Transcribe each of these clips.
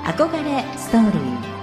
憧れストーリー。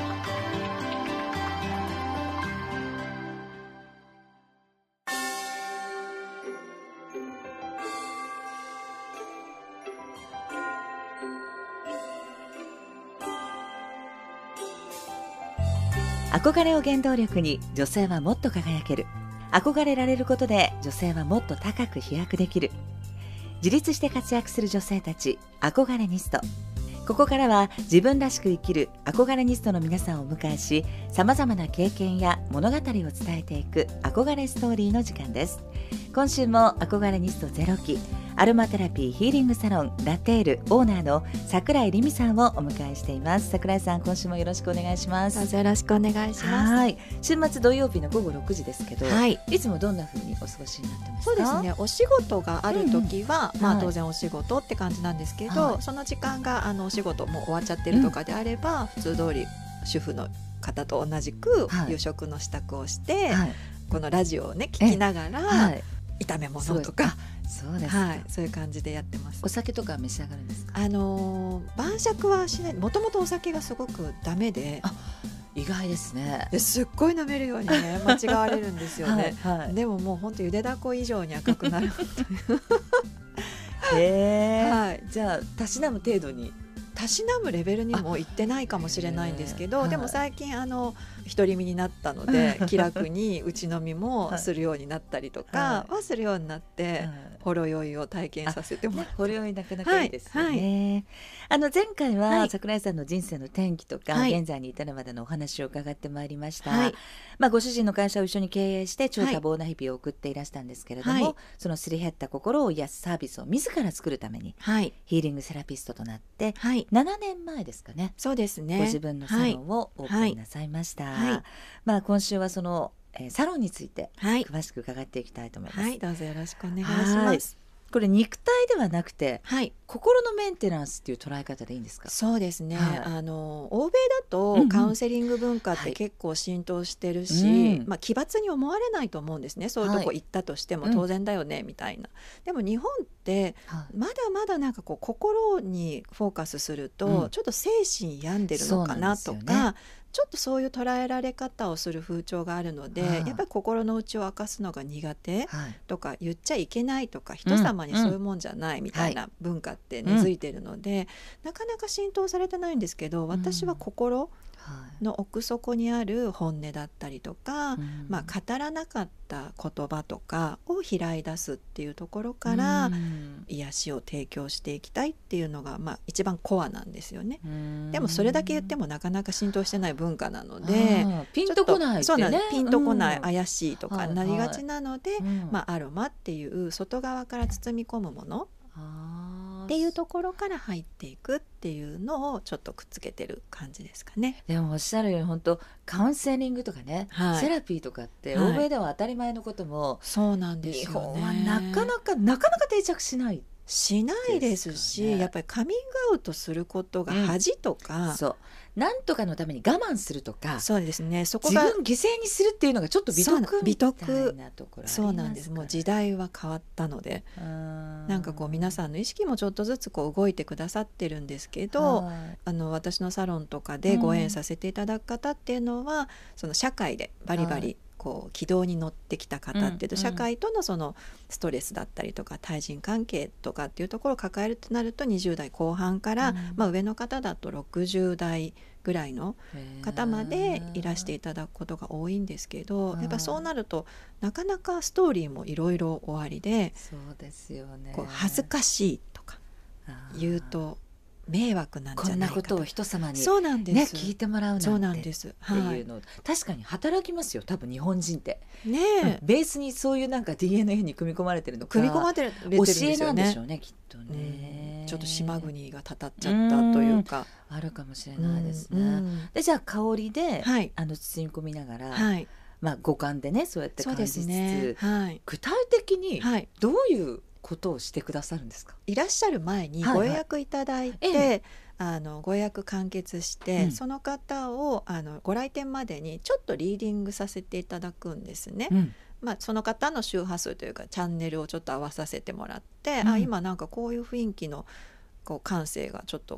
憧れを原動力に女性はもっと輝ける。憧れられることで女性はもっと高く飛躍できる。自立して活躍する女性たち、憧れニスト。ここからは自分らしく生きる憧れニストの皆さんをお迎えし、様々な経験や物語を伝えていく憧れストーリーの時間です。今週も憧れニスト0期アロマテラピーヒーリングサロンラテールオーナーの桜井里美さんをお迎えしています。桜井さん、今週もよろしくお願いします。 どうぞよろしくお願いします。 はい、週末土曜日の午後6時ですけど、 はい、 いつもどんな風にお過ごしになってますか？ そうですね、お仕事がある時は、当然お仕事って感じなんですけど、その時間がお仕事もう終わっちゃってるとかであれば、普通通り主婦の方と同じく夕食の支度をして、このラジオをね聞きながら、炒め物とか、 そうですか、 そういう感じでやってます。 お酒とか召し上がるんですか？ 晩酌はしない。もともとお酒がすごくダメで、 意外ですね。 すっごい飲めるようにね間違われるんですよね。でももう本当ゆでだこ以上に赤くなるじゃあたしなむ程度に、 たしなむレベルにも行ってないかもしれないんですけど、でも最近独り身になったので気楽にうち飲みもするようになったりとかはするようになって、ほろ酔いを体験させてもらって、 ほろ酔いなかなかいいですよね。前回は桜井さんの人生の転機とか、現在に至るまでのお話を伺ってまいりました。ご主人の会社を一緒に経営して超多忙な日々を送っていらしたんですけれども、そのすり減った心を癒すサービスを自ら作るために、ヒーリングセラピストとなって、7年前ですかね。 そうですね。 ご自分のサロンをオープンなさいました。今週はその、サロンについて詳しく伺っていきたいと思います。 どうぞよろしくお願いします。 これ肉体ではなくて、心のメンテナンスっていう捉え方でいいんですか？ そうですね、欧米だとカウンセリング文化って結構浸透してるし、奇抜に思われないと思うんですね。そういうとこ行ったとしても当然だよね、みたいな。でも日本ってまだまだなんかこう心にフォーカスすると、ちょっと精神病んでるのかなとか、ちょっとそういう捉えられ方をする風潮があるので、やっぱり心の内を明かすのが苦手とか、言っちゃいけないとか、人様にそういうもんじゃないみたいな文化って根付いてるので、なかなか浸透されてないんですけど、私は心の奥底にある本音だったりとか、語らなかった言葉とかを開い出すっていうところから、癒しを提供していきたいっていうのが、一番コアなんですよね。でもそれだけ言ってもなかなか浸透してない文化なので、 ピンとこないってね、 ピンとこない、怪しいとかなりがちなので、アロマっていう外側から包み込むものっていうところから入っていくっていうのをちょっとくっつけてる感じですかね。 でもおっしゃるように本当カウンセリングとかね、セラピーとかって欧米では当たり前のことも、 そうなんですよね。 日本はなかなか定着しないですし、やっぱりカミングアウトすることが恥とか、 なんとかのために我慢するとか、 そうですね、そこが自分犠牲にするっていうのがちょっと美徳みたいなところありますから。 そうなんです。もう時代は変わったので、なんかこう皆さんの意識もちょっとずつこう動いてくださってるんですけど、私のサロンとかでご縁させていただく方っていうのは、その社会でバリバリこう軌道に乗ってきた方っていうと、社会とのそのストレスだったりとか対人関係とかっていうところを抱えるとなると、20代後半から、上の方だと60代ぐらいの方までいらしていただくことが多いんですけど、やっぱそうなるとなかなかストーリーもいろいろおありで、 そうですよね、 こう恥ずかしいとか言うと迷惑なんじゃないかと、 こんなことを人様に、 そうなんです、 聞いてもらうなんて、 そうなんです、 っていうの、確かに働きますよ、多分日本人ってね。 ベースにそういうなんか DNA に組み込まれてるのか、 組み込まれてるんですよね。 教えなんでしょうね、きっとね。 ちょっと島国がたたっちゃったというか、 あるかもしれないですね。でじゃあ香りで、包み込みながら、五感でねそうやって感じつつ、具体的にどういうことをしてくださるんですか？ いらっしゃる前にご予約いただいて、ご予約完結して、その方をご来店までにちょっとリーディングさせていただくんですね。その方の周波数というかチャンネルをちょっと合わさせてもらって、今なんかこういう雰囲気のこう感性がちょっとこう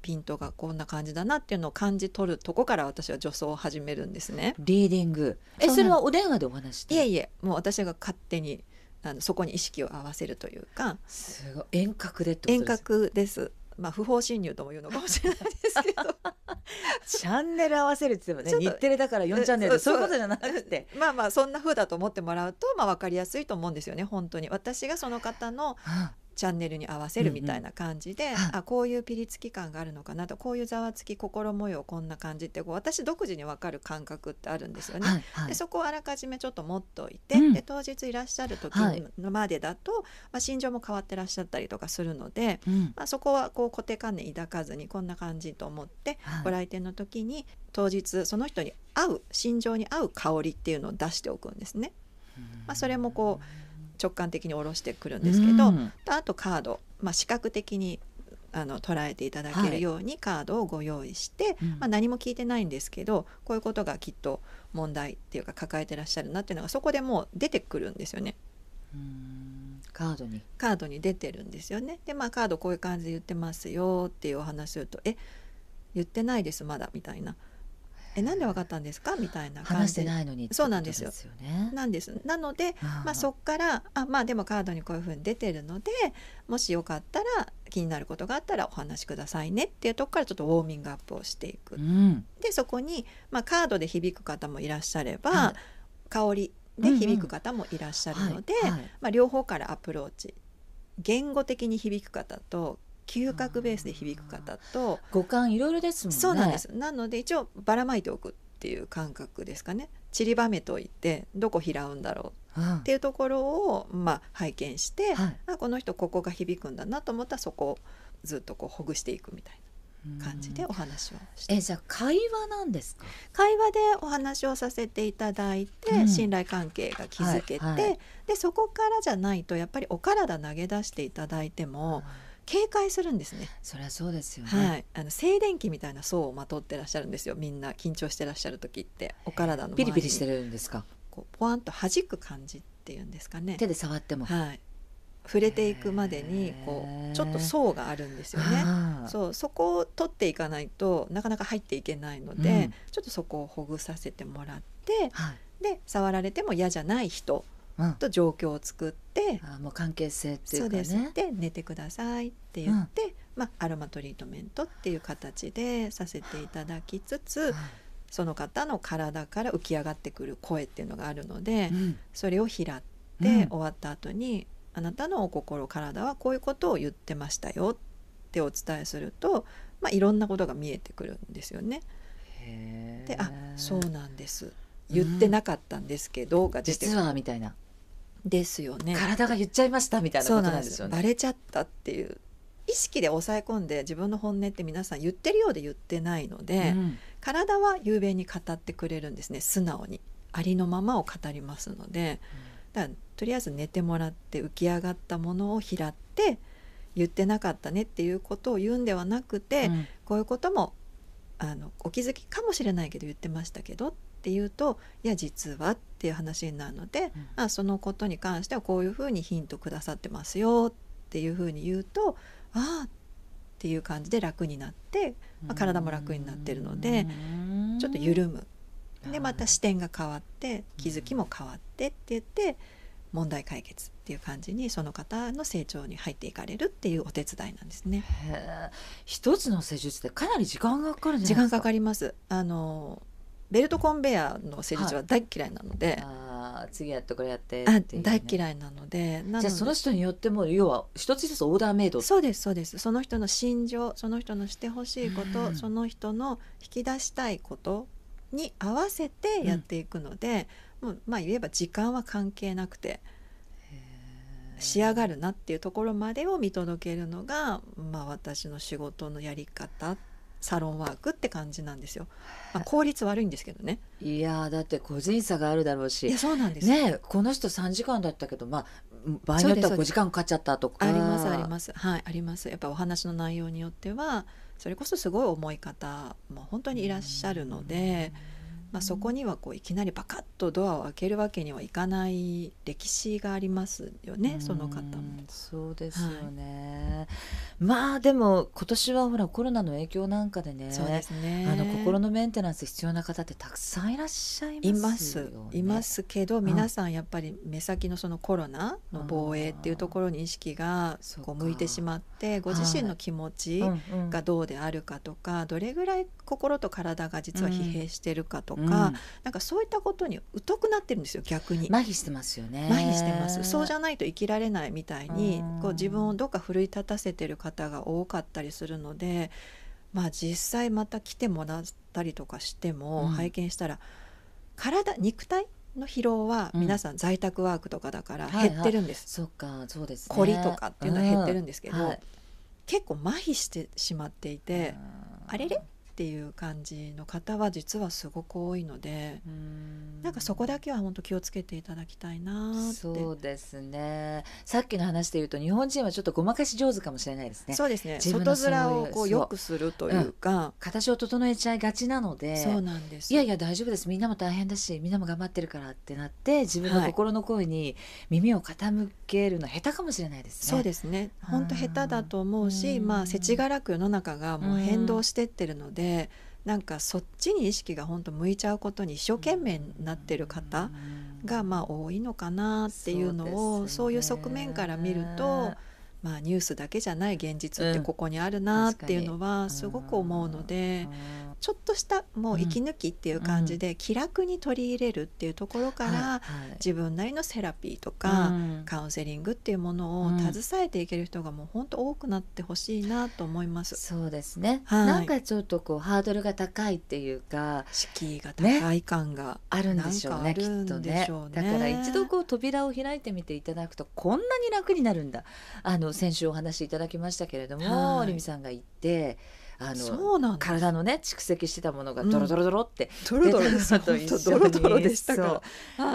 ピントがこんな感じだなっていうのを感じ取るとこから私は助走を始めるんですね。 リーディング、それはお電話でお話して？ いえいえ、もう私が勝手にそこに意識を合わせるというか。 すごい遠隔でってことです？ 遠隔です。不法侵入とも言うのかもしれないですけどチャンネル合わせるって言ってもね、日テレだから4チャンネルでそういうことじゃなくて、 そんな風だと思ってもらうと分かりやすいと思うんですよね。本当に私がその方のチャンネルに合わせるみたいな感じで、こういうピリつき感があるのかなと、こういうざわつき、心模様こんな感じって私独自に分かる感覚ってあるんですよね。でそこをあらかじめちょっと持っておいて、で当日いらっしゃる時までだと、心情も変わってらっしゃったりとかするので、そこはこう固定観念抱かずにこんな感じと思って、ご来店の時に当日その人に合う心情に合う香りっていうのを出しておくんですね。それもこう直感的に下ろしてくるんですけど、あとカード、視覚的に捉えていただけるようにカードをご用意して、何も聞いてないんですけど、こういうことがきっと問題っていうか抱えてらっしゃるなっていうのがそこでもう出てくるんですよね。 カードに出てるんですよね。でカードこういう感じで言ってますよっていうお話すると、言ってないですまだみたいな、なんでわかったんですかみたいな感じで、 話してないのに、 そうなんですよ。なので、そこからでもカードにこういうふうに出てるので、もしよかったら気になることがあったらお話しくださいねっていうとこからちょっとウォーミングアップをしていく。でそこに、カードで響く方もいらっしゃれば、香りで響く方もいらっしゃるので、両方からアプローチ、言語的に響く方と嗅覚ベースで響く方と五感いろいろですもんね。 そうなんです。なので一応ばらまいておくっていう感覚ですかね。散りばめといてどこ拾うんだろうっていうところを拝見して、この人ここが響くんだなと思ったらそこをずっとこうほぐしていくみたいな感じでお話をして。 じゃあ会話なんですか？ 会話でお話をさせていただいて、信頼関係が築けて、でそこからじゃないとやっぱりお体投げ出していただいても警戒するんですね。 そりゃそうですよね。 静電気みたいな層をまとってらっしゃるんですよ。みんな緊張してらっしゃる時ってお体の周りにピリピリしてるんですか？ こうポワンと弾く感じっていうんですかね。 手で触っても、 触れていくまでにこうちょっと層があるんですよね。そこを取っていかないとなかなか入っていけないので、ちょっとそこをほぐさせてもらって、で触られても嫌じゃない人と状況を作って、 もう関係性っていうかね。 そうです。で寝てくださいって言って、アロマトリートメントっていう形でさせていただきつつ、その方の体から浮き上がってくる声っていうのがあるので、それを拾って、終わった後にあなたのお心体はこういうことを言ってましたよってお伝えすると、いろんなことが見えてくるんですよね。でそうなんです、言ってなかったんですけどが出てくる、 実はみたいなですよね。 体が言っちゃいましたみたいなことなんですよね。 バレちゃったっていう意識で抑え込んで自分の本音って皆さん言ってるようで言ってないので、体は雄弁に語ってくれるんですね。素直にありのままを語りますので、だからとりあえず寝てもらって浮き上がったものを拾って言ってなかったねっていうことを言うんではなくて、こういうこともお気づきかもしれないけど言ってましたけどっていうと、いや実はっていう話になるので、そのことに関してはこういうふうにヒントくださってますよっていうふうに言うと、っていう感じで楽になって、体も楽になってるのでちょっと緩む。でまた視点が変わって気づきも変わってって言って問題解決っていう感じにその方の成長に入っていかれるっていうお手伝いなんですね。 一つの施術でかなり時間がかかるんじゃ時ないですか？ 間かかります。ベルトコンベヤーの施術は大嫌いなので、 次やってこれやってっていうね、 大嫌いなので、 じゃあその人によっても要は一つ一つオーダーメイド。 そうですそうです。その人の心情、その人のしてほしいこと、その人の引き出したいことに合わせてやっていくので、もう言えば時間は関係なくて仕上がるなっていうところまでを見届けるのが、私の仕事のやり方、サロンワークって感じなんですよ。効率悪いんですけどね。 いやだって個人差があるだろうし。 いやそうなんですね。この人3時間だったけど、場合によっては5時間かかっちゃったとかありますあります。あります。やっぱお話の内容によってはそれこそすごい重い方も本当にいらっしゃるので、 そこにはこういきなりバカッとドアを開けるわけにはいかない歴史がありますよね、その方も。 そうですよね、まあでも今年はほらコロナの影響なんかでね、 そうですね、 心のメンテナンス必要な方ってたくさんいらっしゃいますよね。 いますけど、皆さんやっぱり目先のそのコロナの防衛っていうところに意識がこう向いてしまって、ご自身の気持ちがどうであるかとか、どれぐらい心と体が実は疲弊してるかとか、なんかそういったことに疎くなってるんですよ、逆に。 麻痺してますよね。 麻痺してます。そうじゃないと生きられないみたいに、こう自分をどっか奮い立たせてる方が多かったりするので、実際また来てもらったりとかしても、拝見したら肉体の疲労は皆さん在宅ワークとかだから減ってるんです。 そうか、そうですね。 凝りとかっていうのは減ってるんですけど、結構麻痺してしまっていて、あれれっていう感じの方は実はすごく多いので、なんかそこだけは本当気をつけていただきたいなって。 そうですね。さっきの話で言うと日本人はちょっとごまかし上手かもしれないですね。 そうですね。外面をこう良くするというか、 形を整えちゃいがちなので、 そうなんです。 いやいや大丈夫です、みんなも大変だしみんなも頑張ってるからってなって、自分の心の声に耳を傾けるの下手かもしれないですね。 そうですね。本当下手だと思うし、世知辛く世の中がもう変動してってるので、なんかそっちに意識が本当向いちゃうことに一生懸命になってる方が多いのかなっていうのを、そういう側面から見ると、ニュースだけじゃない現実ってここにあるなっていうのはすごく思うので、ちょっとしたもう息抜きっていう感じで気楽に取り入れるっていうところから、自分なりのセラピーとかカウンセリングっていうものを携えていける人がもう本当多くなってほしいなと思います。 そうですね、なんかちょっとこうハードルが高いっていうか、 敷居が高い感があるんでしょうね、きっとね。だから一度こう扉を開いてみていただくとこんなに楽になるんだ。先週お話しいただきましたけれども、りみさんが言って体のね蓄積してたものがドロドロドロってドロドロですと一緒にドロドロでしたから、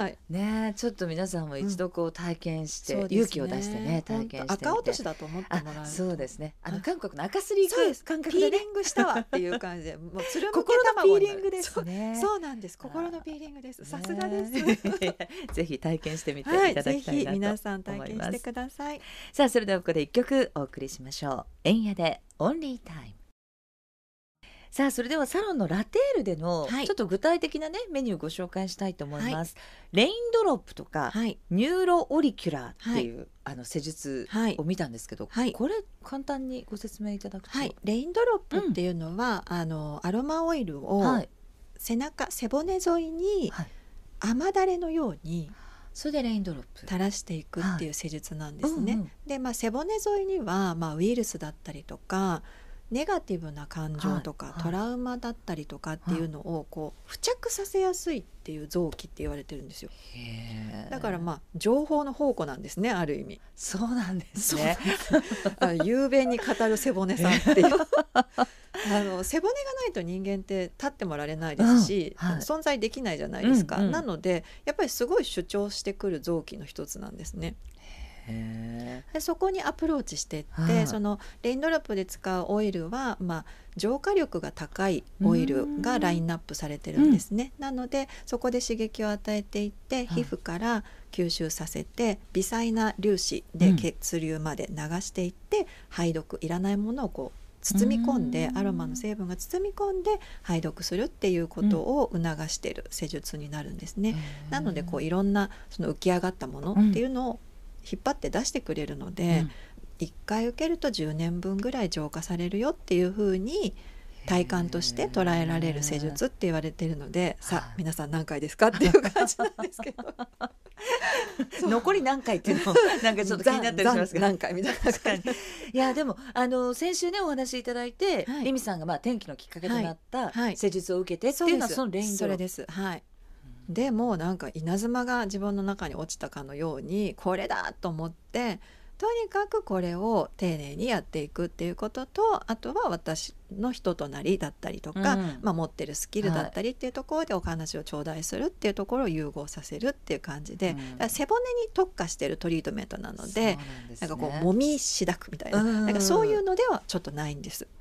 ね、ちょっと皆さんも一度こう体験して、勇気を出してね体験してみて、 赤落としだと思ってもらう。 そうですね、韓国の赤すり行く感覚で、 ピーリングしたわっていう感じで、もうつるむけ心のピー卵になる。 リングですね。 そうなんです、心のピーリングです。さすがです。 ぜひ体験してみていただきたいなと思います。 ぜひ皆さん体験してください。 さあそれではここで一曲お送りしましょう。エンヤでオンリータイム。さあそれではサロンのラテールでのちょっと具体的なねメニューをご紹介したいと思います。レインドロップとか、ニューロオリキュラーっていう、施術を見たんですけど、これ簡単にご説明いただくと、 レインドロップっていうのは、アロマオイルを背骨沿いに雨だれのように、 それでレインドロップ垂らしていくっていう施術なんですね。で、背骨沿いには、ウイルスだったりとかネガティブな感情とか、トラウマだったりとかっていうのをこう付着させやすいっていう臓器って言われてるんですよ。だから情報の宝庫なんですね、ある意味。 そうなんですね。 雄弁に語る背骨さんっていう背骨がないと人間って立ってもられないですし、存在できないじゃないですか。なのでやっぱりすごい主張してくる臓器の一つなんですね。でそこにアプローチしていって、そのレインドロップで使うオイルは、浄化力が高いオイルがラインナップされてるんですね。なのでそこで刺激を与えていって、皮膚から吸収させて微細な粒子で血流まで流していって、排毒、いらないものをこう包み込んで、アロマの成分が包み込んで排毒するっていうことを促している施術になるんですね。なのでこういろんなその浮き上がったものっていうのを引っ張って出してくれるので、1回受けると10年分ぐらい浄化されるよっていう風に体感として捉えられる施術って言われてるので、さあ皆さん何回ですかっていう感じなんですけど残り何回っていうのなんかちょっと気になったりしますが、 何回みたいな感じ。 いやでも先週ねお話しいただいて、りみさんが転機のきっかけとなった施術を受けてっていうのはそのレインドロップ。 それです。でもなんか稲妻が自分の中に落ちたかのように、これだと思ってとにかくこれを丁寧にやっていくっていうことと、あとは私の人となりだったりとか、持ってるスキルだったりっていうところでお話を頂戴するっていうところを融合させるっていう感じで、背骨に特化してるトリートメントなので、なんかこうもみしだくみたいな、なんかそういうのではちょっとないんです。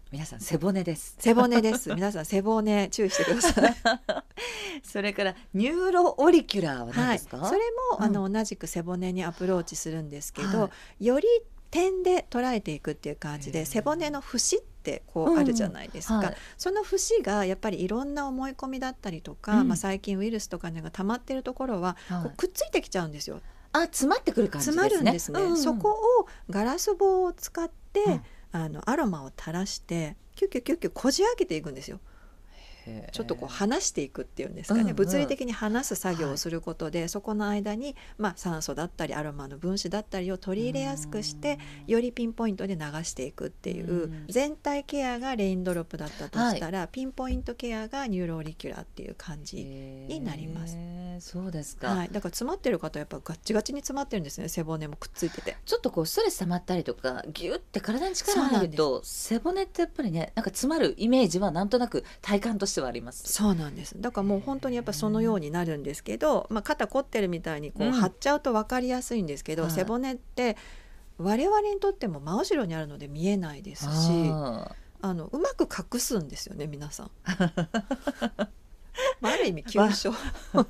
皆さん背骨です。 背骨です。皆さん背骨注意してください。 それからニューロオリキュラーは何ですか？ はい、それも、同じく背骨にアプローチするんですけど、より点で捉えていくっていう感じで、背骨の節ってこうあるじゃないですか、その節がやっぱりいろんな思い込みだったりとか、最近ウイルスとかが溜まってるところは、こうくっついてきちゃうんですよ。 詰まってくる感じですね。 詰まるんですね、そこをガラス棒を使って、アロマを垂らしてキュッキュッキュッキュッこじ開けていくんですよ。ちょっとこう離していくっていうんですかね、物理的に離す作業をすることで、そこの間に、酸素だったりアロマの分子だったりを取り入れやすくして、よりピンポイントで流していくっていう、全体ケアがレインドロップだったとしたら、ピンポイントケアがニューロオリキュラーっていう感じになります。 そうですか、 だから詰まってる方はやっぱガッチガチに詰まってるんですね。背骨もくっついてて、 ちょっとこうストレス溜まったりとかギュッて体に力入ると背骨ってやっぱりね、なんか詰まるイメージはなんとなく体感としてはあります。 そうなんです。だからもう本当にやっぱそのようになるんですけど、肩凝ってるみたいにこう張っちゃうと分かりやすいんですけど、背骨って我々にとっても真後ろにあるので見えないですし、うまく隠すんですよね皆さん。ある意味急所そういう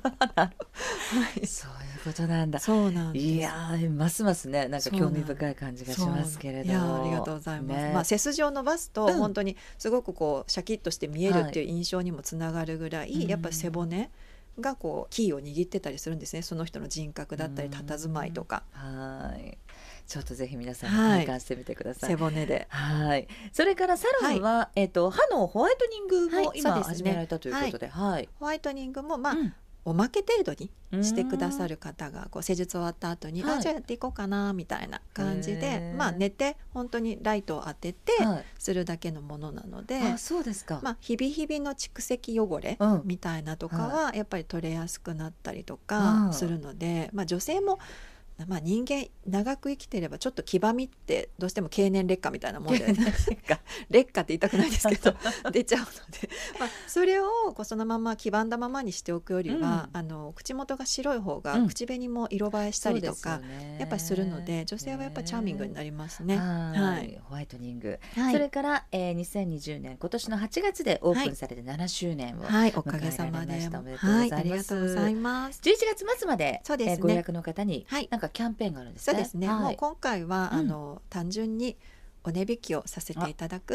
ことなんだ。 そうなんです。 いやますますね、なんか興味深い感じがしますけれども。 ありがとうございます。背筋を伸ばすと、本当にすごくこうシャキッとして見えるっていう印象にもつながるぐらい、やっぱり背骨がこうキーを握ってたりするんですね。その人の人格だったり佇まいとか。 ちょっとぜひ皆さん体感してみてください。 背骨で。 それからサロンは、歯のホワイトニングも今始められたということで、ホワイトニングもおまけ程度にしてくださる方がこう施術終わった後に、じゃあやっていこうかなみたいな感じで、寝て本当にライトを当ててするだけのものなので、 そうですか。 日々日々の蓄積汚れみたいなとかはやっぱり取れやすくなったりとかするので、女性も人間長く生きてればちょっと黄ばみってどうしても経年劣化みたいなもんで劣化って言いたくないですけど出ちゃうので、それをそのまま黄ばんだままにしておくよりは、口元が白い方が口紅も色映えしたりとか、やっぱりするので、女性はやっぱりチャーミングになりますね。 ホワイトニング、それから、2020年今年の8月でオープンされて7周年を迎えられました。 おかげさまで。 おめでとうございます。 ありがとうございます。 11月末まで、ご予約の方になんかキャンペーンがあるんですね。 そうですね、もう今回は単純にお値引きをさせていただくって、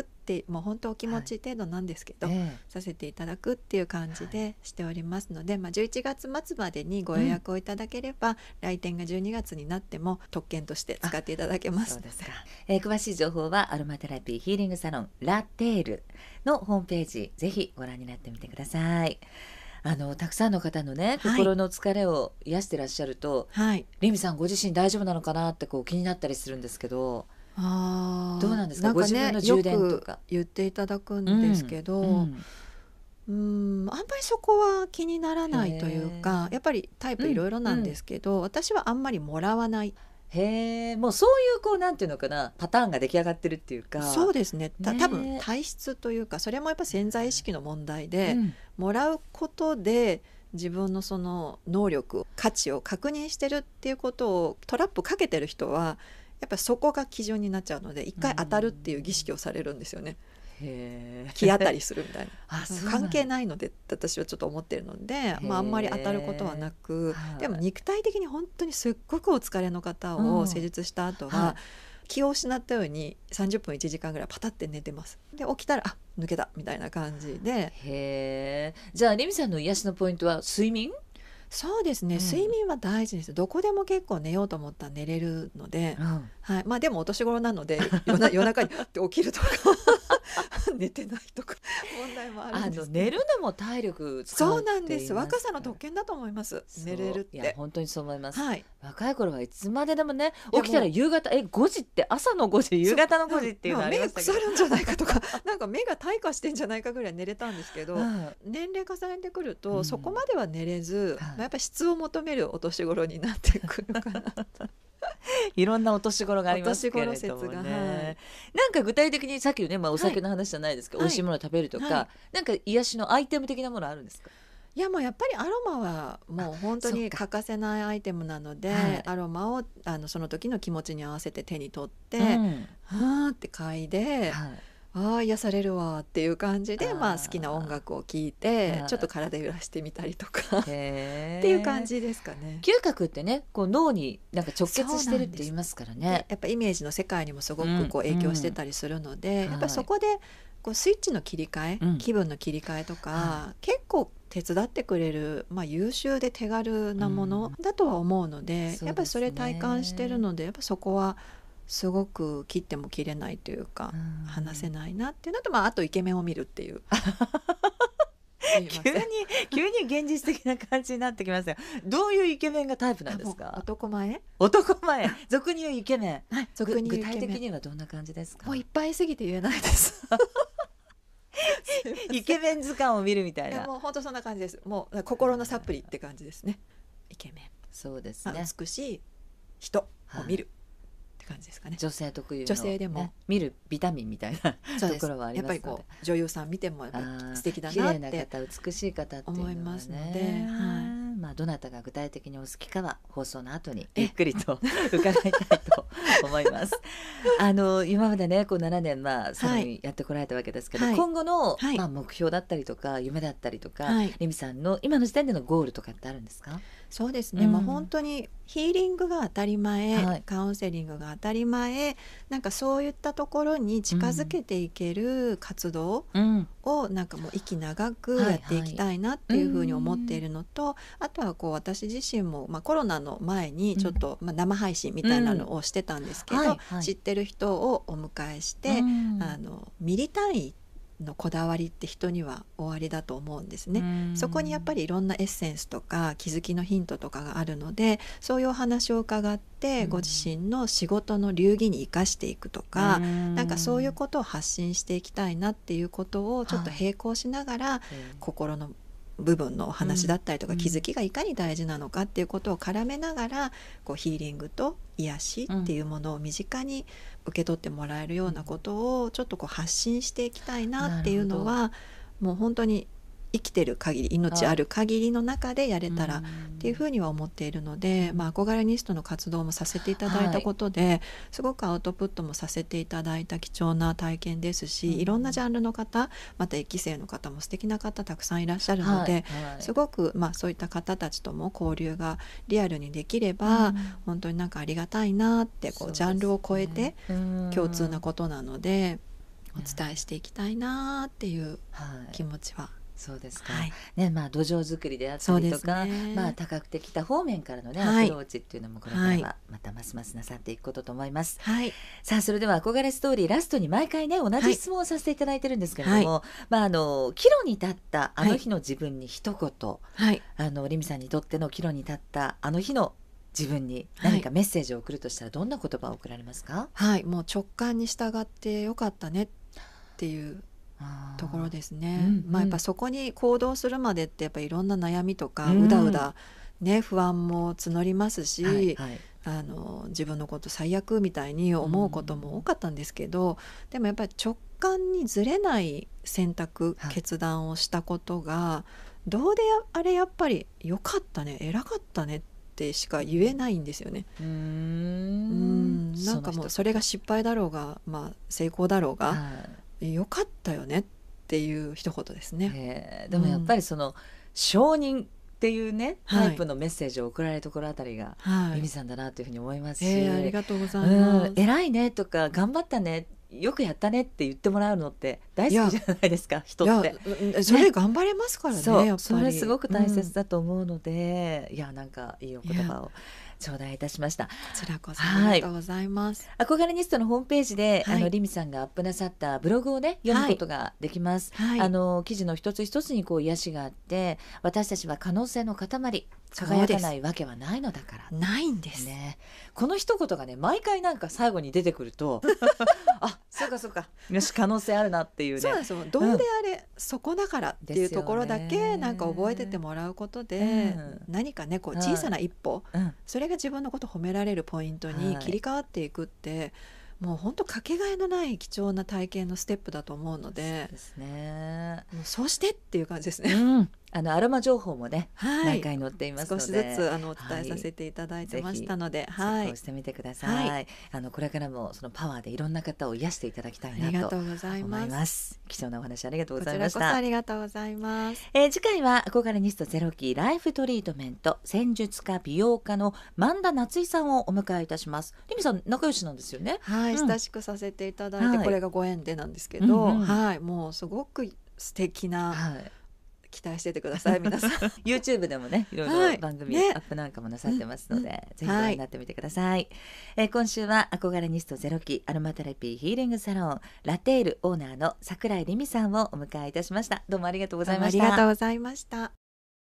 もう本当お気持ち程度なんですけど、させていただくっていう感じでしておりますので、11月末までにご予約をいただければ、来店が12月になっても特権として使っていただけます。 そうですか。詳しい情報はアロマテラピーヒーリングサロンラテールのホームページ、ぜひご覧になってみてください。たくさんの方のね、心の疲れを癒してらっしゃると、リミさんご自身大丈夫なのかなってこう気になったりするんですけど、どうなんですか？ご自分の充電とか。 よく言っていただくんですけど、あんまりそこは気にならないというか、やっぱりタイプいろいろなんですけど、私はあんまりもらわない。 もうそういうこうなんていうのかな、パターンが出来上がってるっていうか。 そうですね。多分体質というか、それもやっぱ潜在意識の問題で、もらうことで自分のその能力価値を確認してるっていうことをトラップかけてる人はやっぱりそこが基準になっちゃうので、一回当たるっていう儀式をされるんですよね。気当たりするみたいな関係ないので私はちょっと思ってるので、あんまり当たることはなく、でも肉体的に本当にすっごくお疲れの方を施術した後は、気を失ったように30分1時間ぐらいパタって寝てます。で起きたら抜けたみたいな感じで。 じゃあリミさんの癒しのポイントは睡眠？ そうですね、睡眠は大事です。どこでも結構寝ようと思ったら寝れるので、でもお年頃なので夜中に起きるとか寝てないとか問題もあるんです。 寝るのも体力使うってそうなんです。若さの特権だと思います。寝れるって。 いや本当にそう思います。若い頃はいつまででもね、起きたら夕方5時って朝の5時夕方の5時っていうのありましたけど、 目が腐るんじゃないかとかなんか目が退化してんじゃないかぐらい寝れたんですけど、年齢重ねてくると、そこまでは寝れず、やっぱり質を求めるお年頃になってくるかないろんなお年頃がありますけれどもね。 お年頃説が、 なんか具体的にさっきね、お酒の話じゃないですけど、美味しいものを食べるとか、なんか癒しのアイテム的なものあるんですか？ いやもうやっぱりアロマはもう本当に欠かせないアイテムなので、アロマをその時の気持ちに合わせて手に取って、はーって嗅いで、 ああ癒されるわっていう感じで、 あ好きな音楽を聴いてはいちょっと体揺らしてみたりとかっへていう感じですかね。 嗅覚ってねこう脳になんか直結してるって言いますからでね。 やっぱイメージの世界にもすごくこう影響してたりするので、やっぱりそこでこうスイッチの切り替え、気分の切り替えとか、結構手伝ってくれる、優秀で手軽なものだとは思うので、やっぱりそれ体感してるので、やっぱそこはすごく切っても切れないというか、話せないなっていうのと、あとイケメンを見るっていう急に現実的な感じになってきますよ。どういうイケメンがタイプなんですか？ 男前俗に言うイケメン、 俗に言うイケメン、 具体的にはどんな感じですか？ もういっぱいすぎて言えないですイケメン図鑑を見るみたいな。 もう本当そんな感じです。もう心のサプリって感じですね。イケメン、 そうですね、 美しい人を見るって感じですかね。 女性特有の、 女性でも、 見るビタミンみたいなところはありますので、 やっぱりこう女優さん見てもやっぱり素敵だな綺麗ってな方、美しい方っていうのは、ね、 思いますので、 どなたが具体的にお好きかは放送の後にゆっくりと伺いたいと思います今までねこう7年サロンやってこられたわけですけど、今後の、目標だったりとか夢だったりとか、レミさんの今の時点でのゴールとかってあるんですか？ そうですね、もう本当にヒーリングが当たり前、カウンセリングが当たり前、なんかそういったところに近づけていける活動をなんかもう息長くやっていきたいなっていうふうに思っているのと、あとはこう私自身も、コロナの前にちょっと、生配信みたいなのをしてたんですけど、知ってる人をお迎えして、ミリ単位のこだわりって人には終わりだと思うんですね。そこにやっぱりいろんなエッセンスとか気づきのヒントとかがあるので、そういうお話を伺ってご自身の仕事の流儀に生かしていくとか、なんかそういうことを発信していきたいなっていうことをちょっと並行しながら、心の部分のお話だったりとか、気づきがいかに大事なのかっていうことを絡めながら、こうヒーリングと癒しっていうものを身近に受け取ってもらえるようなことをちょっとこう発信していきたいなっていうのは、もう本当に生きてる限り、命ある限りの中でやれたらっていうふうには思っているので、憧れニストの活動もさせていただいたことで、すごくアウトプットもさせていただいた貴重な体験ですし、いろんなジャンルの方、また1期生の方も素敵な方たくさんいらっしゃるので、すごくそういった方たちとも交流がリアルにできれば、本当になんかありがたいなって、こうジャンルを超えて共通なことなのでお伝えしていきたいなっていう気持ちは、 そうですか、土壌作りであったりとか、多角的多方面からのね、アプローチっていうのもこれからはまたますますなさっていくことと思います。さあそれでは憧れストーリーラストに毎回ね同じ質問をさせていただいてるんですけれども、岐路に立ったあの日の自分に一言、レミさんにとっての岐路に立ったあの日の自分に何かメッセージを送るとしたらどんな言葉を送られますか？ もう直感に従ってよかったねっていうところですね。やっぱそこに行動するまでってやっぱいろんな悩みとか、うだうだね、不安も募りますし、自分のこと最悪みたいに思うことも多かったんですけど、でもやっぱり直感にずれない選択、決断をしたことがどうであれやっぱりよかったね、偉かったねってしか言えないんですよね。なんかもうそれが失敗だろうが、成功だろうが、よかったよねっていう一言ですね。 でもやっぱりその承認っていうね、タイプのメッセージを送られるところあたりがレミさんだなというふうに思いますし、 ありがとうございます。 偉いねとか頑張ったね、よくやったねって言ってもらうのって大好きじゃないですか、人って。 それ頑張れますからね、やっぱりそれすごく大切だと思うので、なんかいいお言葉を頂戴いたしました。こちらこそありがとうございます。 憧れニストのホームページで、リミさんがアップなさったブログをね読むことができます。記事の一つ一つにこう癒しがあって、私たちは可能性の塊、輝かないわけはないのだからないんですね。この一言がね毎回なんか最後に出てくるとあ、そうかそうか、よし可能性あるなっていうね。 そうなんですよ。どうであれ、そこだからっていうところだけなんか覚えててもらうことで、何かねこう小さな一歩、それが自分のことを褒められるポイントに切り替わっていくって、もう本当かけがえのない貴重な体験のステップだと思うので、 そうですね、 もうそうしてっていう感じですね。 アロマ情報もね、 はい、 毎回載っていますので、 少しずつお伝えさせていただいてましたので、 チェックをしてみてください。これからもそのパワーでいろんな方を癒していただきたいなと思います。 ありがとうございます。 貴重なお話ありがとうございました。 こちらこそありがとうございます。 次回は憧れニストゼロ期ライフトリートメント戦術家美容家の萬田夏井さんをお迎えいたします。リミさん仲良しなんですよね。 はい、親しくさせていただいて、これがご縁でなんですけど、もうすごく素敵な、期待しててください皆さん。 YouTube でもねいろいろ番組アップなんかもなさってますので、ぜひご覧になってみてください。今週は憧れニストゼロ期アロマテラピーヒーリングサロンラテールオーナーの櫻井里美さんをお迎えいたしました。どうもありがとうございました。 ありがとうございました。